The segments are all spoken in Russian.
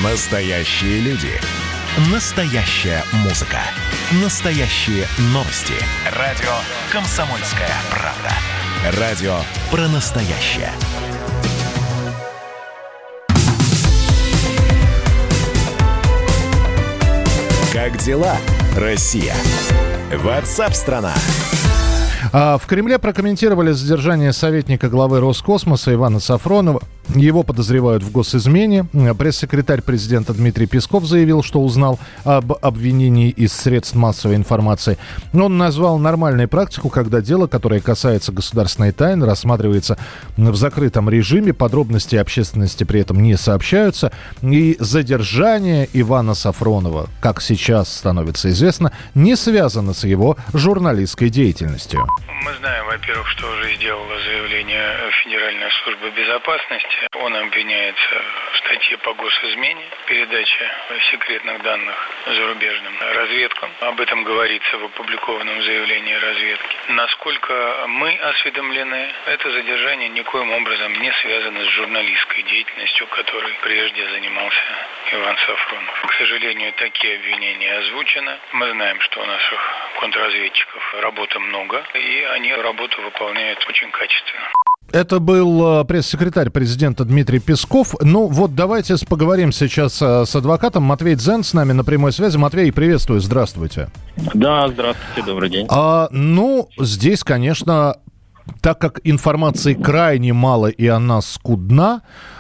Настоящие люди. Настоящая музыка. Настоящие новости. Радио «Комсомольская правда». Радио про настоящее. Как дела, Россия? WhatsApp-страна. В Кремле прокомментировали задержание советника главы Роскосмоса Ивана Сафронова. Его подозревают в госизмене. Пресс-секретарь президента Дмитрий Песков заявил, что узнал об обвинении из средств массовой информации. Он назвал нормальной практику, когда дело, которое касается государственной тайны, рассматривается в закрытом режиме, подробности общественности при этом не сообщаются. И задержание Ивана Сафронова, как сейчас становится известно, не связано с его журналистской деятельностью. Мы знаем, во-первых, что уже сделала заявление Федеральная служба безопасности. Он обвиняется в статье по госизмене, передаче секретных данных зарубежным разведкам. Об этом говорится в опубликованном заявлении разведки. Насколько мы осведомлены, это задержание никоим образом не связано с журналистской деятельностью, которой прежде занимался Иван Сафронов. К сожалению, такие обвинения озвучены. Мы знаем, что у наших контрразведчиков работы много, и они работу выполняют очень качественно. Это был пресс-секретарь президента Дмитрий Песков. Ну вот давайте поговорим сейчас с адвокатом. Матвей Дзен с нами на прямой связи. Матвей, приветствую, здравствуйте. Да, здравствуйте, добрый день. Здесь, конечно, так как информации крайне мало и она скудна,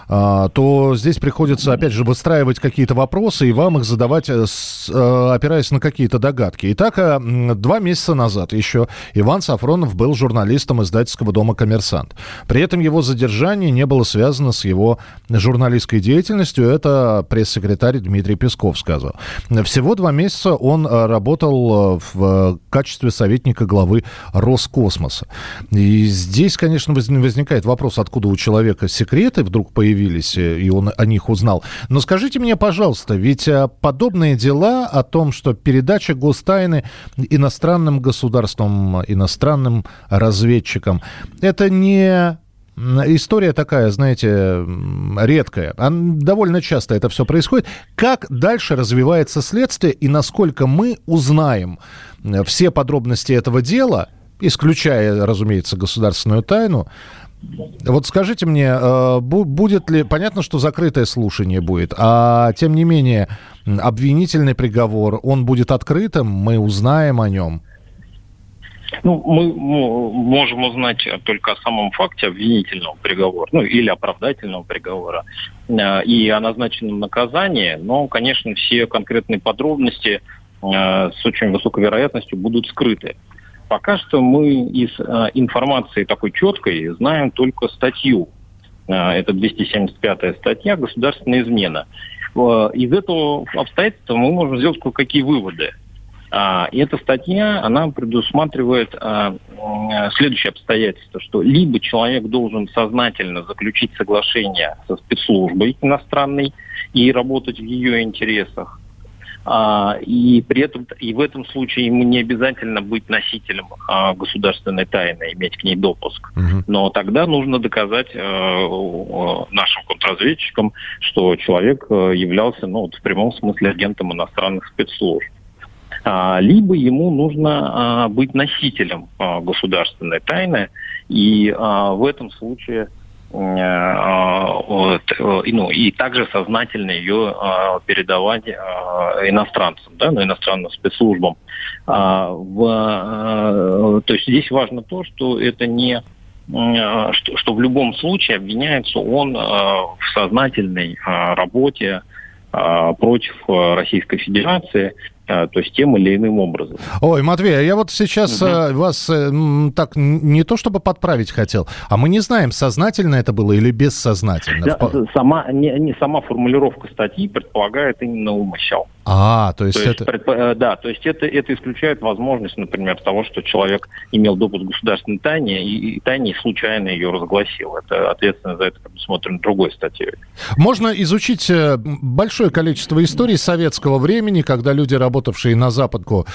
то здесь приходится, опять же, выстраивать какие-то вопросы и вам их задавать, опираясь на какие-то догадки. Итак, 2 месяца назад еще Иван Сафронов был журналистом издательского дома «Коммерсант». При этом его задержание не было связано с его журналистской деятельностью. Это пресс-секретарь Дмитрий Песков сказал. Всего 2 месяца он работал в качестве советника главы Роскосмоса. И здесь, конечно, возникает вопрос, откуда у человека секреты вдруг появились, и он о них узнал. Но скажите мне, пожалуйста, ведь подобные дела о том, что передача гостайны иностранным государствам, иностранным разведчикам, это не история такая, знаете, редкая. Довольно часто это все происходит. Как дальше развивается следствие и насколько мы узнаем все подробности этого дела, исключая, разумеется, государственную тайну? Вот скажите мне, будет ли... Понятно, что закрытое слушание будет, а тем не менее обвинительный приговор, он будет открытым, мы узнаем о нем? Мы можем узнать только о самом факте обвинительного приговора, или оправдательного приговора, и о назначенном наказании, но, конечно, все конкретные подробности с очень высокой вероятностью будут скрыты. Пока что мы из информации такой четкой знаем только статью. Это 275-я статья «Государственная измена». Из этого обстоятельства мы можем сделать кое-какие выводы. И эта статья, она предусматривает следующее обстоятельство, что либо человек должен сознательно заключить соглашение со спецслужбой иностранной и работать в ее интересах, и при этом и в этом случае ему не обязательно быть носителем государственной тайны, иметь к ней допуск. Но тогда нужно доказать нашим контрразведчикам, что человек являлся, в прямом смысле агентом иностранных спецслужб. Либо ему нужно быть носителем государственной тайны, и в этом случае и также сознательно ее передавать иностранцам, иностранным спецслужбам. То есть здесь важно то, что это не что в любом случае обвиняется он в сознательной работе против Российской Федерации, то есть тем или иным образом. Ой, Матвей, я вот сейчас вас так не то чтобы подправить хотел, а мы не знаем, сознательно это было или бессознательно. Сама формулировка статьи предполагает именно умысел. То есть это исключает возможность, например, того, что человек имел допуск к государственной тайне и тайне случайно ее разгласил. Это ответственность за это предусмотрено другой статьей. Можно изучить большое количество историй советского времени, когда люди, работавшие на Западку,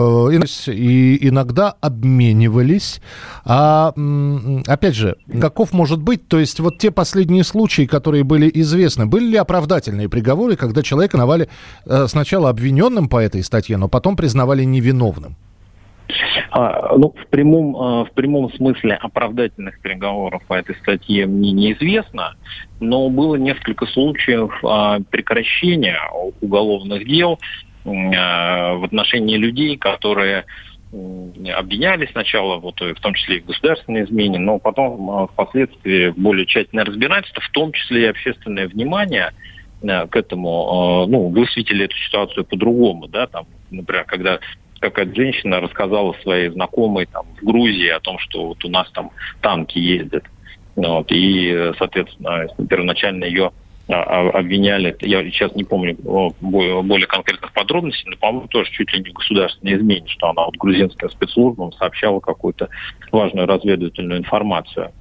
и иногда обменивались. Опять же, каков может быть, то есть вот те последние случаи, которые были известны, были ли оправдательные приговоры, когда человека навали сначала обвиненным по этой статье, но потом признавали невиновным? В прямом смысле оправдательных приговоров по этой статье мне неизвестно, но было несколько случаев прекращения уголовных дел в отношении людей, которые обвинялись сначала, в том числе и в государственной измене, но потом впоследствии более тщательное разбирательство, в том числе и общественное внимание к этому, высветили эту ситуацию по-другому, да, там, например, когда какая-то женщина рассказала своей знакомой там в Грузии о том, что вот у нас там танки ездят, и, соответственно, первоначально ее обвиняли, я сейчас не помню более конкретных подробностей, но, по-моему, тоже чуть ли не в государственной измене, что она грузинским спецслужбам сообщала какую-то важную разведывательную информацию.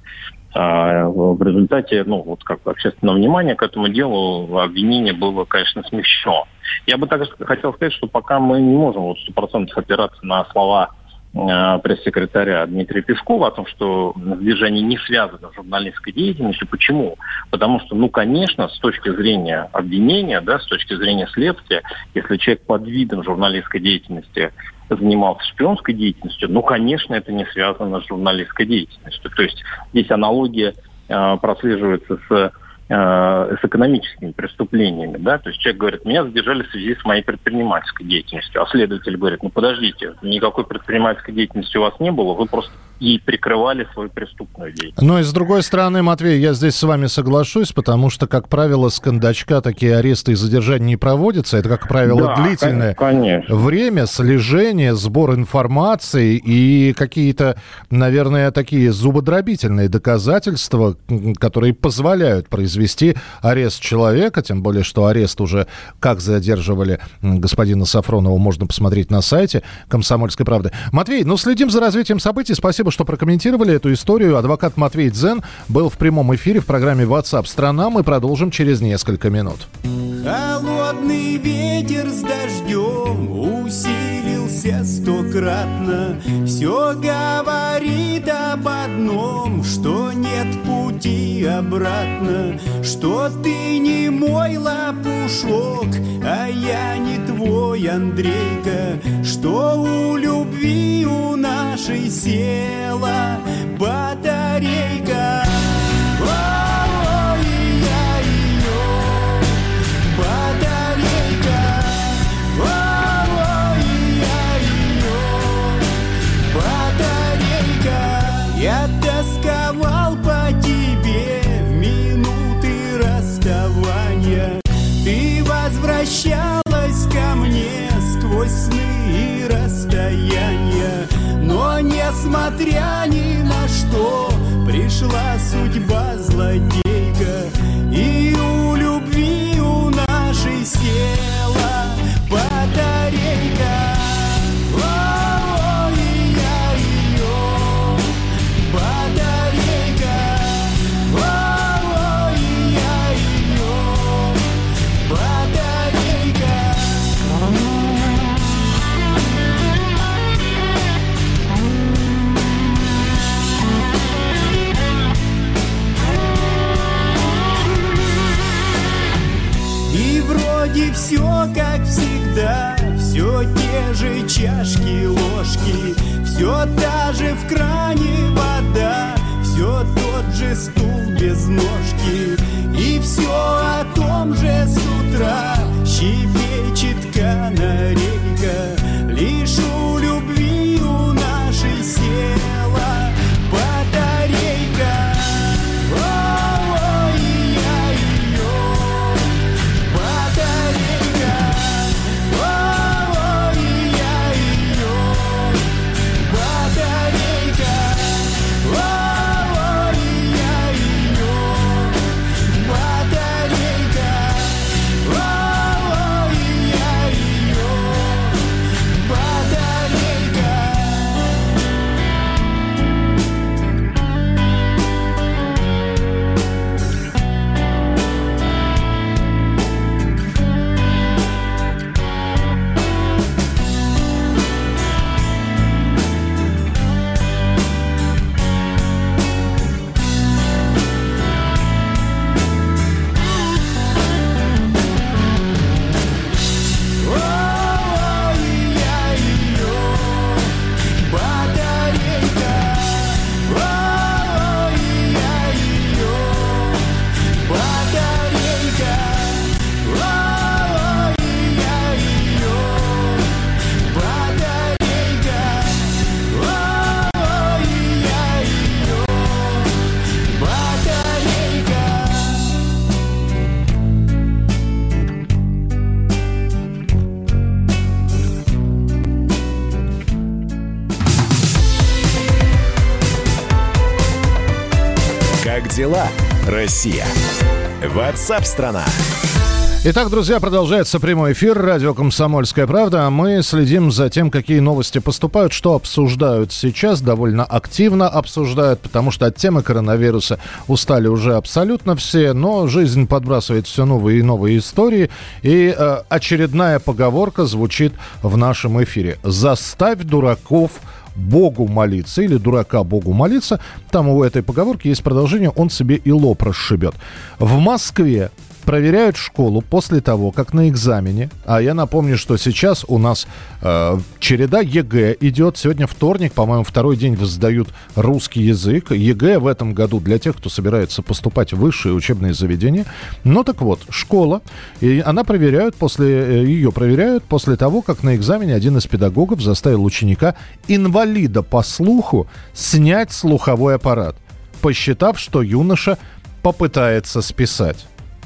В результате, как общественного внимания к этому делу обвинение было, конечно, смягчено. Я бы также хотел сказать, что пока мы не можем 100% опираться на слова пресс-секретаря Дмитрия Пескова о том, что задержание не связано с журналистской деятельностью. Почему? Потому что, конечно, с точки зрения обвинения, с точки зрения следствия, если человек под видом журналистской деятельности занимался шпионской деятельностью, конечно, это не связано с журналистской деятельностью. То есть здесь аналогия прослеживается с экономическими преступлениями, то есть человек говорит, меня задержали в связи с моей предпринимательской деятельностью, а следователь говорит, подождите, никакой предпринимательской деятельности у вас не было, вы просто и прикрывали свою преступную деятельность. Но и с другой стороны, Матвей, я здесь с вами соглашусь, потому что, как правило, с кондачка такие аресты и задержания не проводятся. Это, как правило, длительное время, слежение, сбор информации и какие-то, наверное, такие зубодробительные доказательства, которые позволяют произвести арест человека, тем более, что арест уже, как задерживали господина Сафронова, можно посмотреть на сайте «Комсомольской правды». Матвей, следим за развитием событий. Спасибо, что прокомментировали эту историю. Адвокат Матвей Дзен был в прямом эфире в программе WhatsApp страна. Мы продолжим через несколько минут. Холодный ветер с дождем усилился 100-кратно. Все говорит об одном, что нет пути обратно, что ты не мой лопушок, а я не твой Андрейка, что у любви у нашей села батарейка. Ой, я ее батарейка. Ой, я ее батарейка. Я тосковал по тебе в минуты расставания. Ты возвращалась ко мне сквозь сны и расстояния. Но несмотря ни на что, пришла судьба злодейка, и у любви у нашей села батарейка. Ой, я ее батарейка. Ой, я ее батарейка. И вроде все как всегда, все те же чашки, ложки, все та же в кране вода, все тот же стул без ножки, и все о том же с утра щебечет канарейка. Лишь у любви у нашей села батарейка. Ой, я ее батарейка. Ой, я ее батарейка. Ой, я ее батарейка. дела, Россия? Ватсап-страна! Итак, друзья, продолжается прямой эфир радио «Комсомольская правда». Мы следим за тем, какие новости поступают, что обсуждают сейчас, довольно активно обсуждают, потому что от темы коронавируса устали уже абсолютно все, но жизнь подбрасывает все новые и новые истории. И очередная поговорка звучит в нашем эфире. «Заставь дураков Богу молиться» или «дурака Богу молиться». Там у этой поговорки есть продолжение, он себе и лоб расшибет. В Москве проверяют школу после того, как на экзамене, а я напомню, что сейчас у нас череда ЕГЭ идет, сегодня вторник, по-моему, второй день сдают русский язык. ЕГЭ в этом году для тех, кто собирается поступать в высшие учебные заведения. Ну так вот, школа, и ее проверяют после того, как на экзамене один из педагогов заставил ученика, инвалида по слуху, снять слуховой аппарат, посчитав, что юноша попытается списать.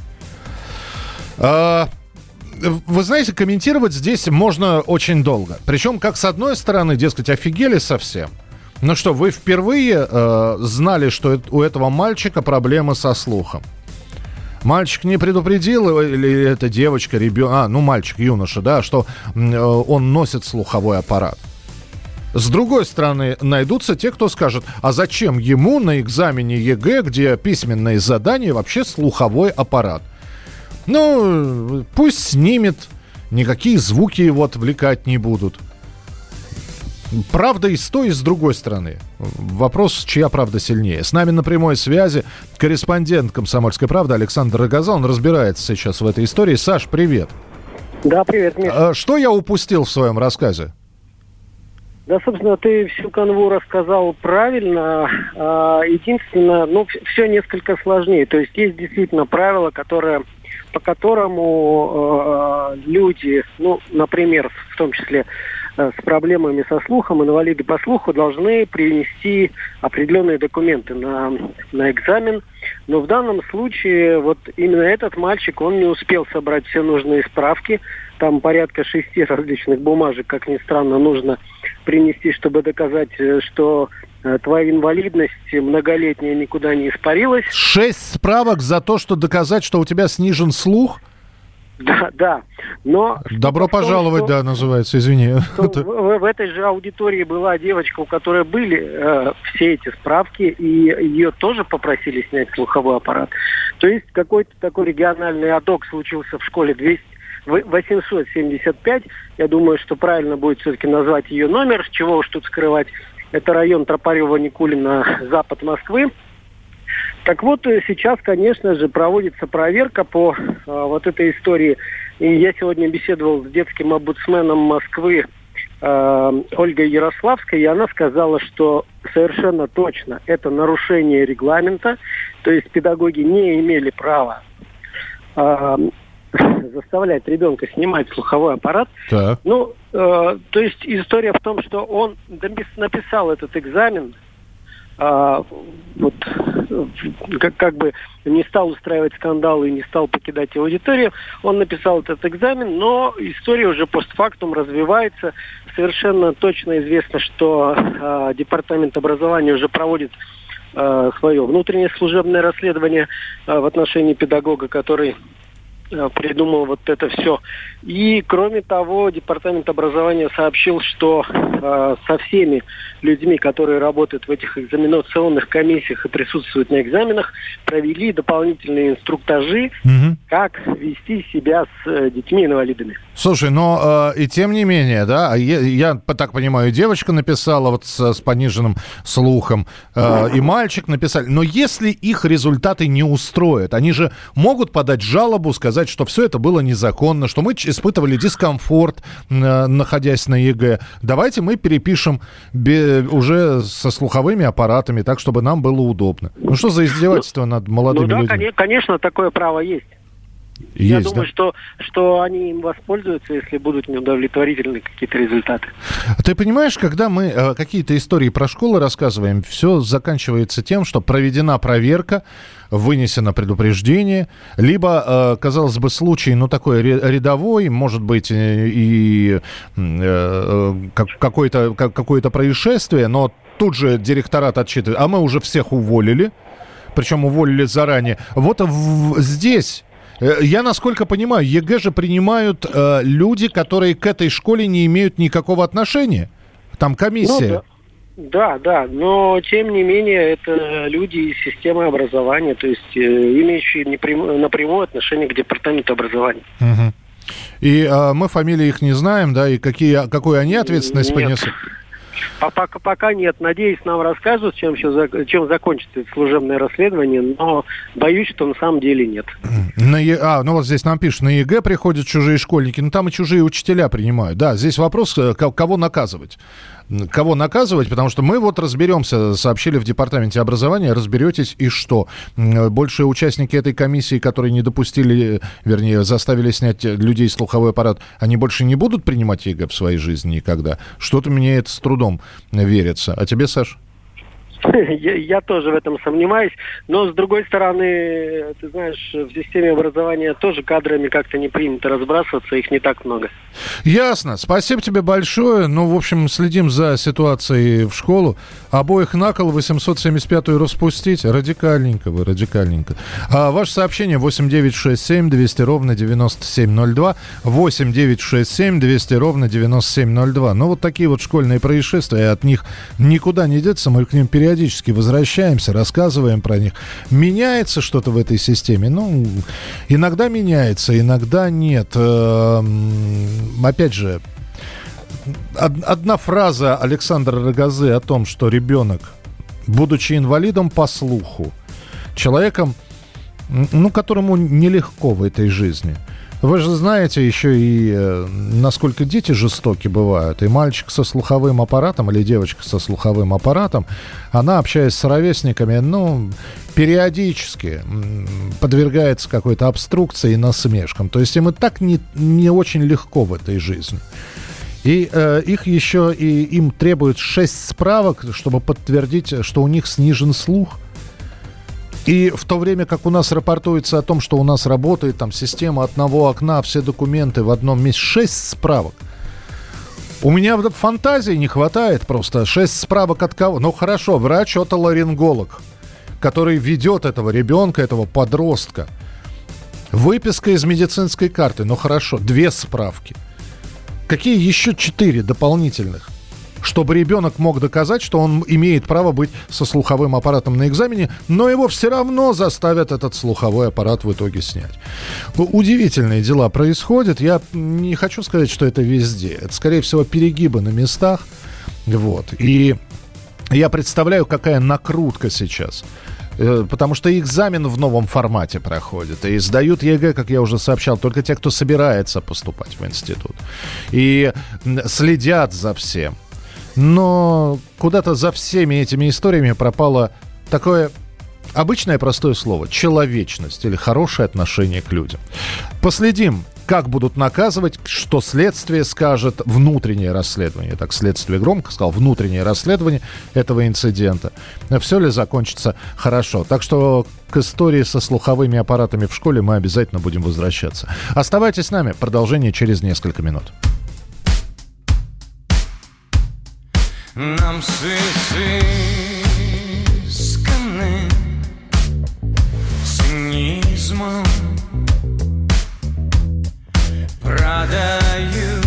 Вы знаете, комментировать здесь можно очень долго. Причем, как с одной стороны, дескать, офигели совсем. Ну что, вы впервые знали, что у этого мальчика проблемы со слухом? Мальчик не предупредил, или это девочка, ребенок, мальчик, юноша, да, что он носит слуховой аппарат. С другой стороны, найдутся те, кто скажет, а зачем ему на экзамене ЕГЭ, где письменные задания, вообще слуховой аппарат? Ну, пусть снимет, никакие звуки его отвлекать не будут. Правда и с той, и с другой стороны. Вопрос, чья правда сильнее. С нами на прямой связи корреспондент «Комсомольской правды» Александр Рогоза. Он разбирается сейчас в этой истории. Саш, привет. Да, привет, Миша. Что я упустил в своем рассказе? Да, собственно, ты всю канву рассказал правильно. Единственное, все несколько сложнее. То есть действительно правило, по которому люди, например, в том числе с проблемами со слухом, инвалиды по слуху, должны принести определенные документы на экзамен. Но в данном случае вот именно этот мальчик, он не успел собрать все нужные справки. Там порядка 6 различных бумажек, как ни странно, нужно принести, чтобы доказать, что твоя инвалидность многолетняя никуда не испарилась. 6 справок за то, что доказать, что у тебя снижен слух? Да. Но добро пожаловать, да, называется, извини. В этой же аудитории была девочка, у которой были все эти справки, и ее тоже попросили снять слуховой аппарат. То есть какой-то такой региональный адок случился в школе 875. Я думаю, что правильно будет все-таки назвать ее номер, чего уж тут скрывать. Это район Тропарева-Никулина, запад Москвы. Так вот, сейчас, конечно же, проводится проверка по вот этой истории. И я сегодня беседовал с детским омбудсменом Москвы Ольгой Ярославской, и она сказала, что совершенно точно это нарушение регламента, то есть педагоги не имели права заставлять ребенка снимать слуховой аппарат. Так. То есть история в том, что он написал этот экзамен, как бы не стал устраивать скандалы и не стал покидать аудиторию. Он написал этот экзамен, но история уже постфактум развивается. Совершенно точно известно, что Департамент образования уже проводит свое внутреннее служебное расследование в отношении педагога, который придумал вот это все. И, кроме того, Департамент образования сообщил, что со всеми людьми, которые работают в этих экзаменационных комиссиях и присутствуют на экзаменах, провели дополнительные инструктажи, как вести себя с детьми-инвалидами. Слушай, но и тем не менее, да, я так понимаю, девочка написала вот с пониженным слухом, и мальчик написали. Но если их результаты не устроят, они же могут подать жалобу, сказать, что все это было незаконно, что мы испытывали дискомфорт, находясь на ЕГЭ. Давайте мы перепишем уже со слуховыми аппаратами, так, чтобы нам было удобно. Ну что за издевательство над молодыми людьми? Конечно, такое право есть. Я думаю, что они им воспользуются, если будут неудовлетворительны какие-то результаты. Ты понимаешь, когда мы какие-то истории про школы рассказываем, все заканчивается тем, что проведена проверка, вынесено предупреждение, либо, казалось бы, случай, такой рядовой, может быть, и какое-то происшествие, но тут же директорат отчитывает, а мы уже всех уволили, причем уволили заранее. Вот здесь... Я, насколько понимаю, ЕГЭ же принимают люди, которые к этой школе не имеют никакого отношения. Там комиссия. Да, но тем не менее это люди из системы образования, то есть имеющие напрямую отношение к департаменту образования. Угу. И мы фамилии их не знаем, да, и какую они ответственность понесут? Пока нет. Надеюсь, нам расскажут, чем закончится это служебное расследование, но боюсь, что на самом деле нет. Ну вот здесь нам пишут, на ЕГЭ приходят чужие школьники, но там и чужие учителя принимают. Да, здесь вопрос, кого наказывать. Кого наказывать, потому что мы вот разберемся, сообщили в департаменте образования, разберетесь и что. Больше участники этой комиссии, которые не допустили, вернее, заставили снять людей слуховой аппарат, они больше не будут принимать ЕГЭ в своей жизни никогда. Что-то мне это с трудом верится. А тебе, Саш? Я тоже в этом сомневаюсь, но с другой стороны, ты знаешь, в системе образования тоже кадрами как-то не принято разбрасываться, их не так много. Ясно. Спасибо тебе большое. Ну, в общем, следим за ситуацией в школу. Обоих на кол, 875-ю распустить. Радикальненько вы, радикальненько. Ваше сообщение 8967 200 ровно 9702. 8967 200 ровно 9702. Ну, вот такие вот школьные происшествия, от них никуда не деться. Мы к ним периодически возвращаемся, рассказываем про них. Меняется что-то в этой системе? Ну, иногда меняется, иногда нет. Опять же, одна фраза Александра Рогозы о том, что ребенок, будучи инвалидом по слуху, человеком, ну, которому нелегко в этой жизни. Вы же знаете еще и насколько дети жестоки бывают. И мальчик со слуховым аппаратом или девочка со слуховым аппаратом, она, общаясь с ровесниками, ну, периодически подвергается какой-то обструкции и насмешкам. То есть им и так не очень легко в этой жизни. И их еще и им требуют 6 справок, чтобы подтвердить, что у них снижен слух. И в то время, как у нас рапортуется о том, что у нас работает там система одного окна, все документы в одном месте, 6 справок. У меня фантазии не хватает просто. 6 справок от кого? Ну хорошо, врач-отоларинголог, который ведет этого ребенка, этого подростка. Выписка из медицинской карты. Ну хорошо, 2 справки. Какие еще 4 дополнительных? Чтобы ребенок мог доказать, что он имеет право быть со слуховым аппаратом на экзамене, но его все равно заставят этот слуховой аппарат в итоге снять. Удивительные дела происходят. Я не хочу сказать, что это везде. Это, скорее всего, перегибы на местах. Вот. И я представляю, какая накрутка сейчас. Потому что экзамен в новом формате проходит. И сдают ЕГЭ, как я уже сообщал, только те, кто собирается поступать в институт. И следят за всем. Но куда-то за всеми этими историями пропало такое обычное простое слово – человечность или хорошее отношение к людям. Последим, как будут наказывать, что следствие скажет, внутреннее расследование. Так, следствие громко сказал, внутреннее расследование этого инцидента. Все ли закончится хорошо? Так что к истории со слуховыми аппаратами в школе мы обязательно будем возвращаться. Оставайтесь с нами. Продолжение через несколько минут. Нам сысканы цинизмом, продают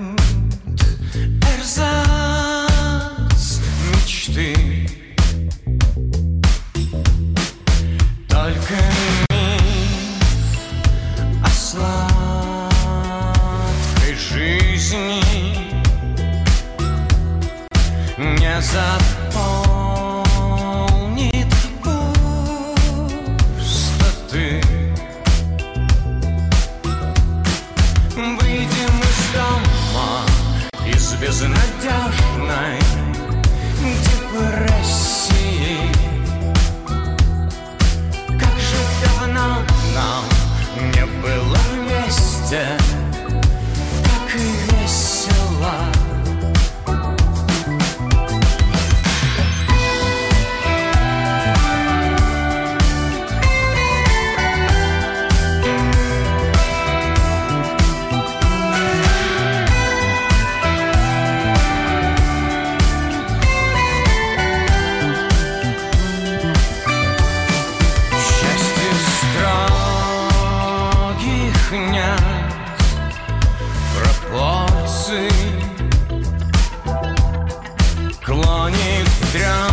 эрзац мечты. Только миф о сладкой жизни не заполнит пустоты. Выйдем из дома, из безнадежной депрессии. Как же давно нам не было вместе, так и весело. пропорций, клонит в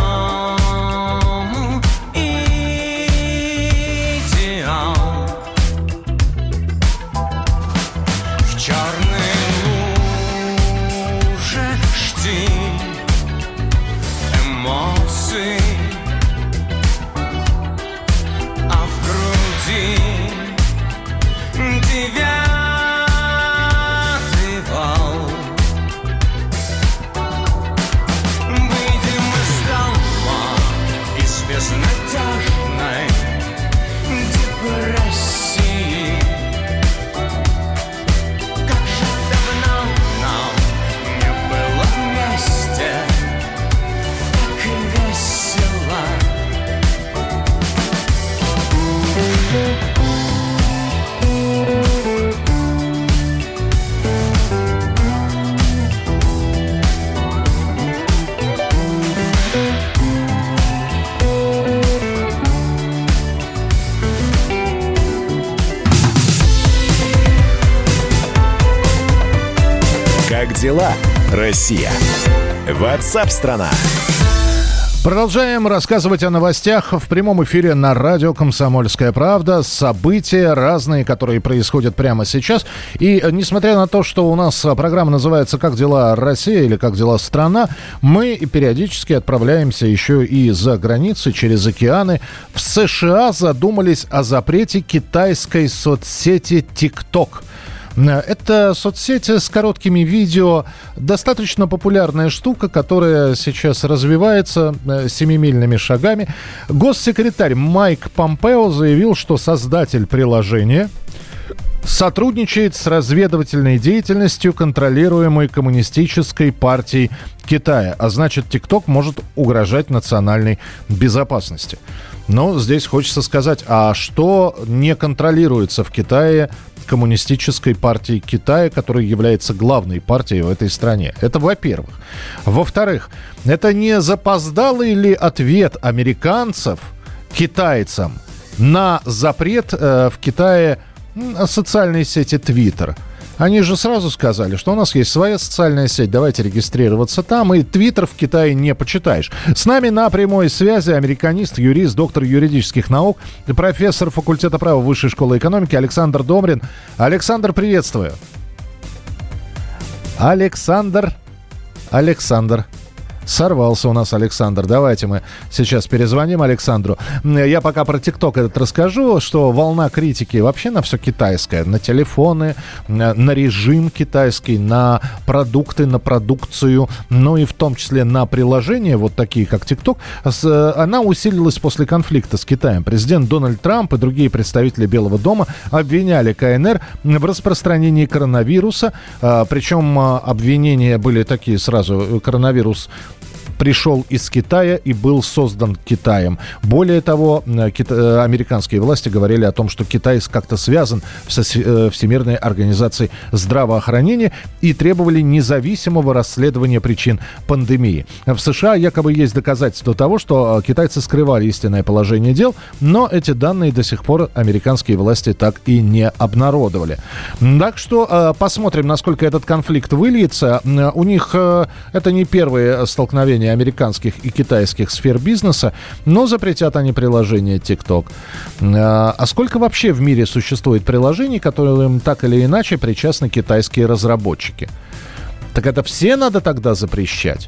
дрему идеал. В черной луже жди эмоций, а в груди девятый вал. Выйдем из дома, из безнадежной депрессии. Как же давно нам не было вместе, так и весело. Как дела, Россия? WhatsApp-страна. Продолжаем рассказывать о новостях в прямом эфире на радио «Комсомольская правда». События разные, которые происходят прямо сейчас. И несмотря на то, что у нас программа называется «Как дела, Россия» или «Как дела, страна», мы периодически отправляемся еще и за границы, через океаны. В США задумались о запрете китайской соцсети TikTok. Это соцсеть с короткими видео, достаточно популярная штука, которая сейчас развивается семимильными шагами. Госсекретарь Майк Помпео заявил, что создатель приложения сотрудничает с разведывательной деятельностью, контролируемой Коммунистической партией Китая. А значит, TikTok может угрожать национальной безопасности. Но здесь хочется сказать, а что не контролируется в Китае Коммунистической партией Китая, которая является главной партией в этой стране? Это во-первых. Во-вторых, это не запоздалый ли ответ американцев китайцам на запрет в Китае социальной сети Twitter? Они же сразу сказали, что у нас есть своя социальная сеть, давайте регистрироваться там, и Твиттер в Китае не почитаешь. С нами на прямой связи американист, юрист, доктор юридических наук, профессор факультета права Высшей школы экономики Александр Домрин. Александр, приветствую. Александр. Сорвался у нас Александр. Давайте мы сейчас перезвоним Александру. Я пока про ТикТок этот расскажу, что волна критики вообще на все китайское. На телефоны, на режим китайский, на продукты, на продукцию, ну и в том числе на приложения, вот такие как ТикТок. Она усилилась после конфликта с Китаем. Президент Дональд Трамп и другие представители Белого дома обвиняли КНР в распространении коронавируса. Причем обвинения были такие сразу. Коронавирус пришел из Китая и был создан Китаем. Более того, американские власти говорили о том, что Китай как-то связан со Всемирной организацией здравоохранения и требовали независимого расследования причин пандемии. В США якобы есть доказательства того, что китайцы скрывали истинное положение дел, но эти данные до сих пор американские власти так и не обнародовали. Так что посмотрим, насколько этот конфликт выльется. У них это не первые столкновения американских и китайских сфер бизнеса, но запретят они приложение TikTok. А сколько вообще в мире существует приложений, которым так или иначе причастны китайские разработчики? Так это все надо тогда запрещать?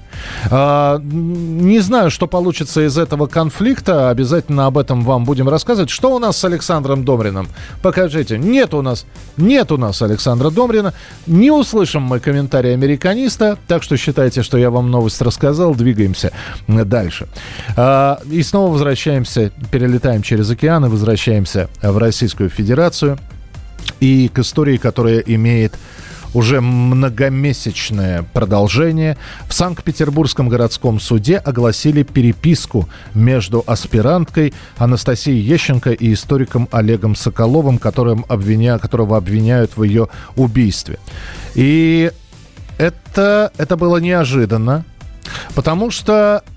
Не знаю, что получится из этого конфликта. Обязательно об этом вам будем рассказывать. Что у нас с Александром Домриным? Покажите. Нет у нас Александра Домрина. Не услышим мы комментарий американиста. Так что считайте, что я вам новость рассказал. Двигаемся дальше. И снова возвращаемся, перелетаем через океан и возвращаемся в Российскую Федерацию. И к истории, которая имеет уже многомесячное продолжение. В Санкт-Петербургском городском суде огласили переписку между аспиранткой Анастасией Ещенко и историком Олегом Соколовым, которого обвиняют в ее убийстве. И это было неожиданно, потому что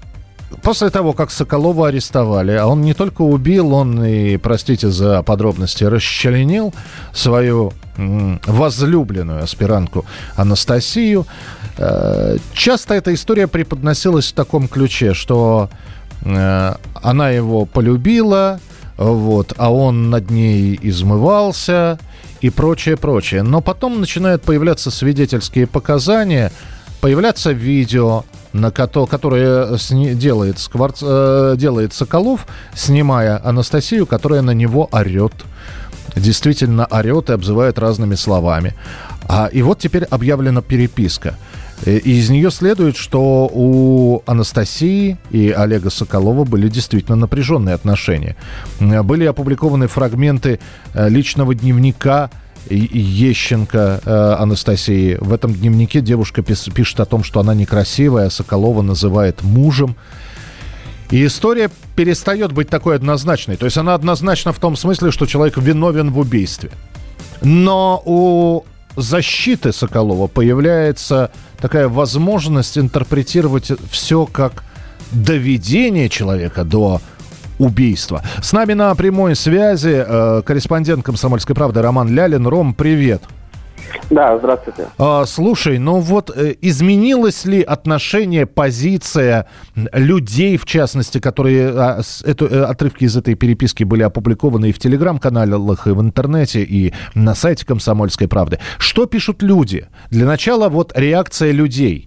После того, как Соколова арестовали, а он не только убил, он и, простите за подробности, расчленил свою возлюбленную аспирантку Анастасию. Часто эта история преподносилась в таком ключе, что она его полюбила, вот, а он над ней измывался и прочее, прочее. Но потом начинают появляться свидетельские показания, появляться видео, которое делает Соколов, снимая Анастасию, которая на него орет. Действительно орет и обзывает разными словами. И вот теперь объявлена переписка. И из нее следует, что у Анастасии и Олега Соколова были действительно напряженные отношения. Были опубликованы фрагменты личного дневника Ещенко Анастасии. В этом дневнике девушка пишет о том, что она некрасивая, а Соколова называет мужем. И история перестает быть такой однозначной. То есть она однозначна в том смысле, что человек виновен в убийстве. Но у защиты Соколова появляется такая возможность интерпретировать все как доведение человека до убийства. С нами на прямой связи корреспондент «Комсомольской правды» Роман Лялин. Ром, привет. Да, здравствуйте. Слушай, изменилось ли отношение, позиция людей, в частности, которые отрывки из этой переписки были опубликованы и в телеграм-каналах, и в интернете, и на сайте «Комсомольской правды». Что пишут люди? Для начала реакция людей.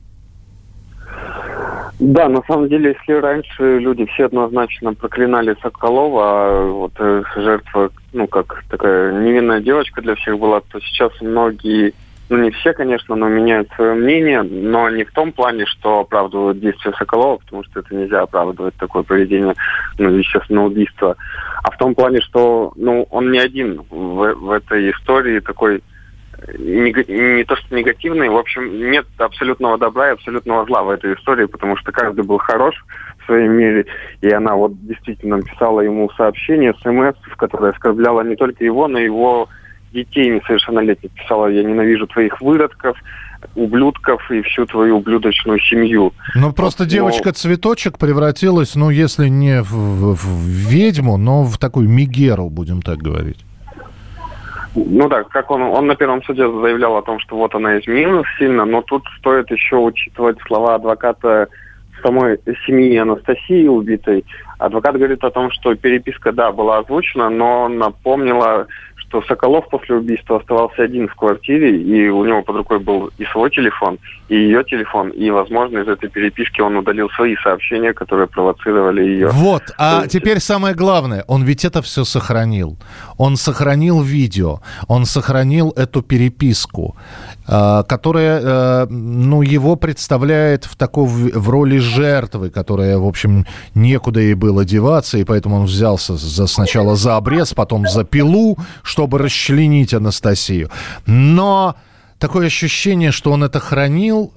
Да, на самом деле, если раньше люди все однозначно проклинали Соколова, а жертва, как такая невинная девочка для всех была, то сейчас многие, не все, конечно, но меняют свое мнение, но не в том плане, что оправдывают действия Соколова, потому что это нельзя оправдывать такое поведение, естественно, убийство, а в том плане, что, он не один в этой истории такой, не то что негативный, в общем, нет абсолютного добра и абсолютного зла в этой истории, потому что каждый был хорош в своей мере, и она действительно писала ему сообщение, СМС, в которое оскорбляла не только его, но и его детей несовершеннолетних. Писала: «Я ненавижу твоих выродков, ублюдков и всю твою ублюдочную семью». Просто девочка-цветочек превратилась, если не в ведьму, но в такую мегеру, будем так говорить. Как он на первом суде заявлял о том, что она изменилась сильно, но тут стоит еще учитывать слова адвоката самой семьи Анастасии убитой. Адвокат говорит о том, что переписка, была озвучена, но напомнила, что Соколов после убийства оставался один в квартире, и у него под рукой был и свой телефон, и ее телефон, и, возможно, из этой переписки он удалил свои сообщения, которые провоцировали ее. Теперь самое главное, он ведь это все сохранил. Он сохранил видео, он сохранил эту переписку, которая, его представляет в роли жертвы, которая, в общем, некуда ей было деваться, и поэтому он взялся сначала за обрез, потом за пилу, чтобы расчленить Анастасию. Но такое ощущение, что он это хранил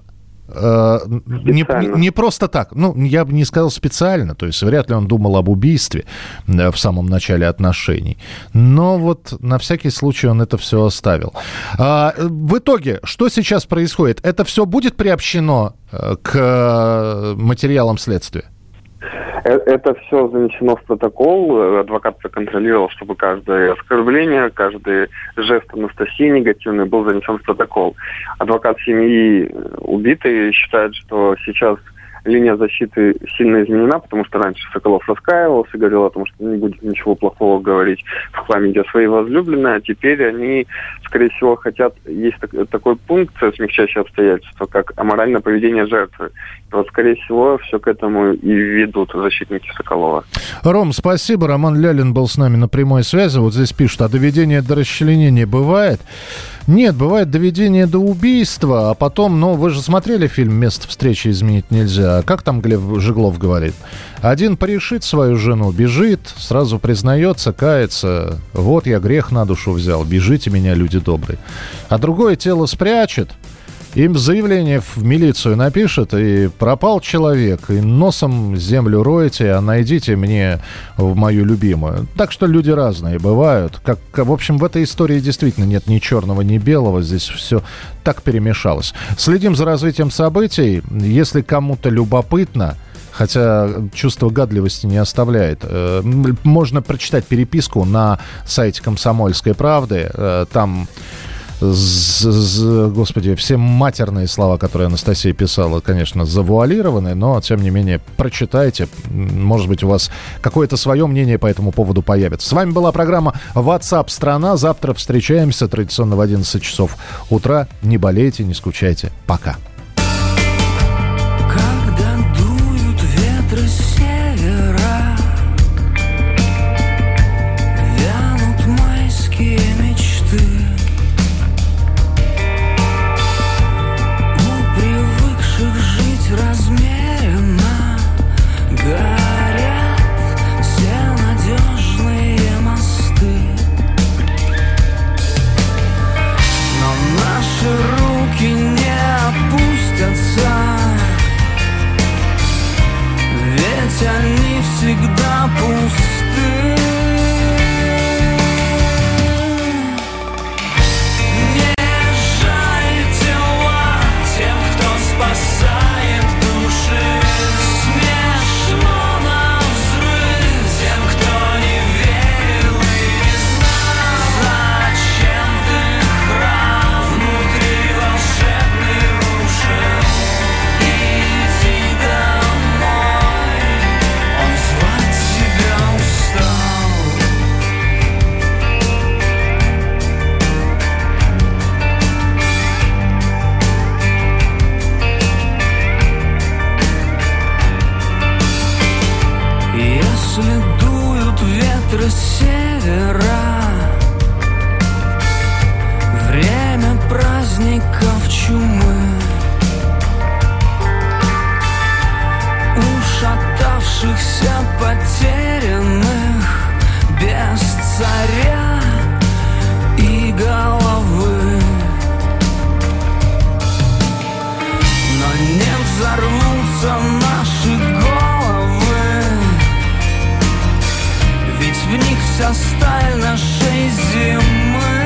не просто так. Я бы не сказал специально. То есть вряд ли он думал об убийстве в самом начале отношений. Но на всякий случай он это все оставил. В итоге, что сейчас происходит? Это все будет приобщено к материалам следствия? Это все занесено в протокол. Адвокат проконтролировал, чтобы каждое оскорбление, каждый жест Анастасии негативный был занесен в протокол. Адвокат семьи убитой считает, что сейчас линия защиты сильно изменена, потому что раньше Соколов раскаивался, говорил о том, что не будет ничего плохого говорить в памяти о своей возлюбленной, а теперь они, скорее всего, хотят... Есть такой пункт, смягчающий обстоятельства, как аморальное поведение жертвы. Скорее всего, все к этому и ведут защитники Соколова. Ром, спасибо. Роман Лялин был с нами на прямой связи. Здесь пишут: а доведение до расчленения бывает? Нет, бывает доведение до убийства, а потом, вы же смотрели фильм «Место встречи изменить нельзя». Как там Глеб Жиглов говорит? Один порешит свою жену, бежит, сразу признается, кается. Вот я грех на душу взял, бежите меня, люди добрые. А другое тело спрячет, им заявление в милицию напишет, и пропал человек, и носом землю роете, а найдите мне мою любимую. Так что люди разные бывают. В общем, в этой истории действительно нет ни черного, ни белого. Здесь все так перемешалось. Следим за развитием событий. Если кому-то любопытно, хотя чувство гадливости не оставляет. Можно прочитать переписку на сайте «Комсомольской правды». Там... Господи, все матерные слова, которые Анастасия писала, конечно, завуалированы, но, тем не менее, прочитайте. Может быть, у вас какое-то свое мнение по этому поводу появится. С вами была программа WhatsApp страна. Завтра встречаемся традиционно в 11 часов утра. Не болейте, не скучайте. Пока. Когда дуют ветры с севера, вянут майские мечты. Размеренно горят все надежные мосты, но наши руки не опустятся, ведь они всегда пусты. Если дуют ветры с севера, время праздников чумы, ушатавшихся, потерянных, без царя и головы. Но не взорвутся наши головы, ведь в них вся сталь нашей зимы.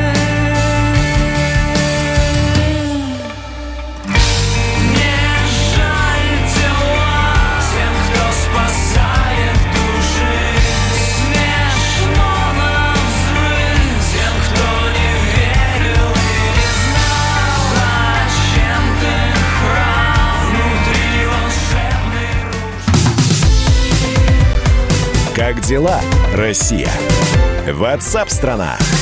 Не жаль тела тем, кто спасает души. Смешно навзрыд тем, кто не верил и не знал, зачем ты храм внутри волшебной ружья. Как дела, Россия? WhatsApp страна.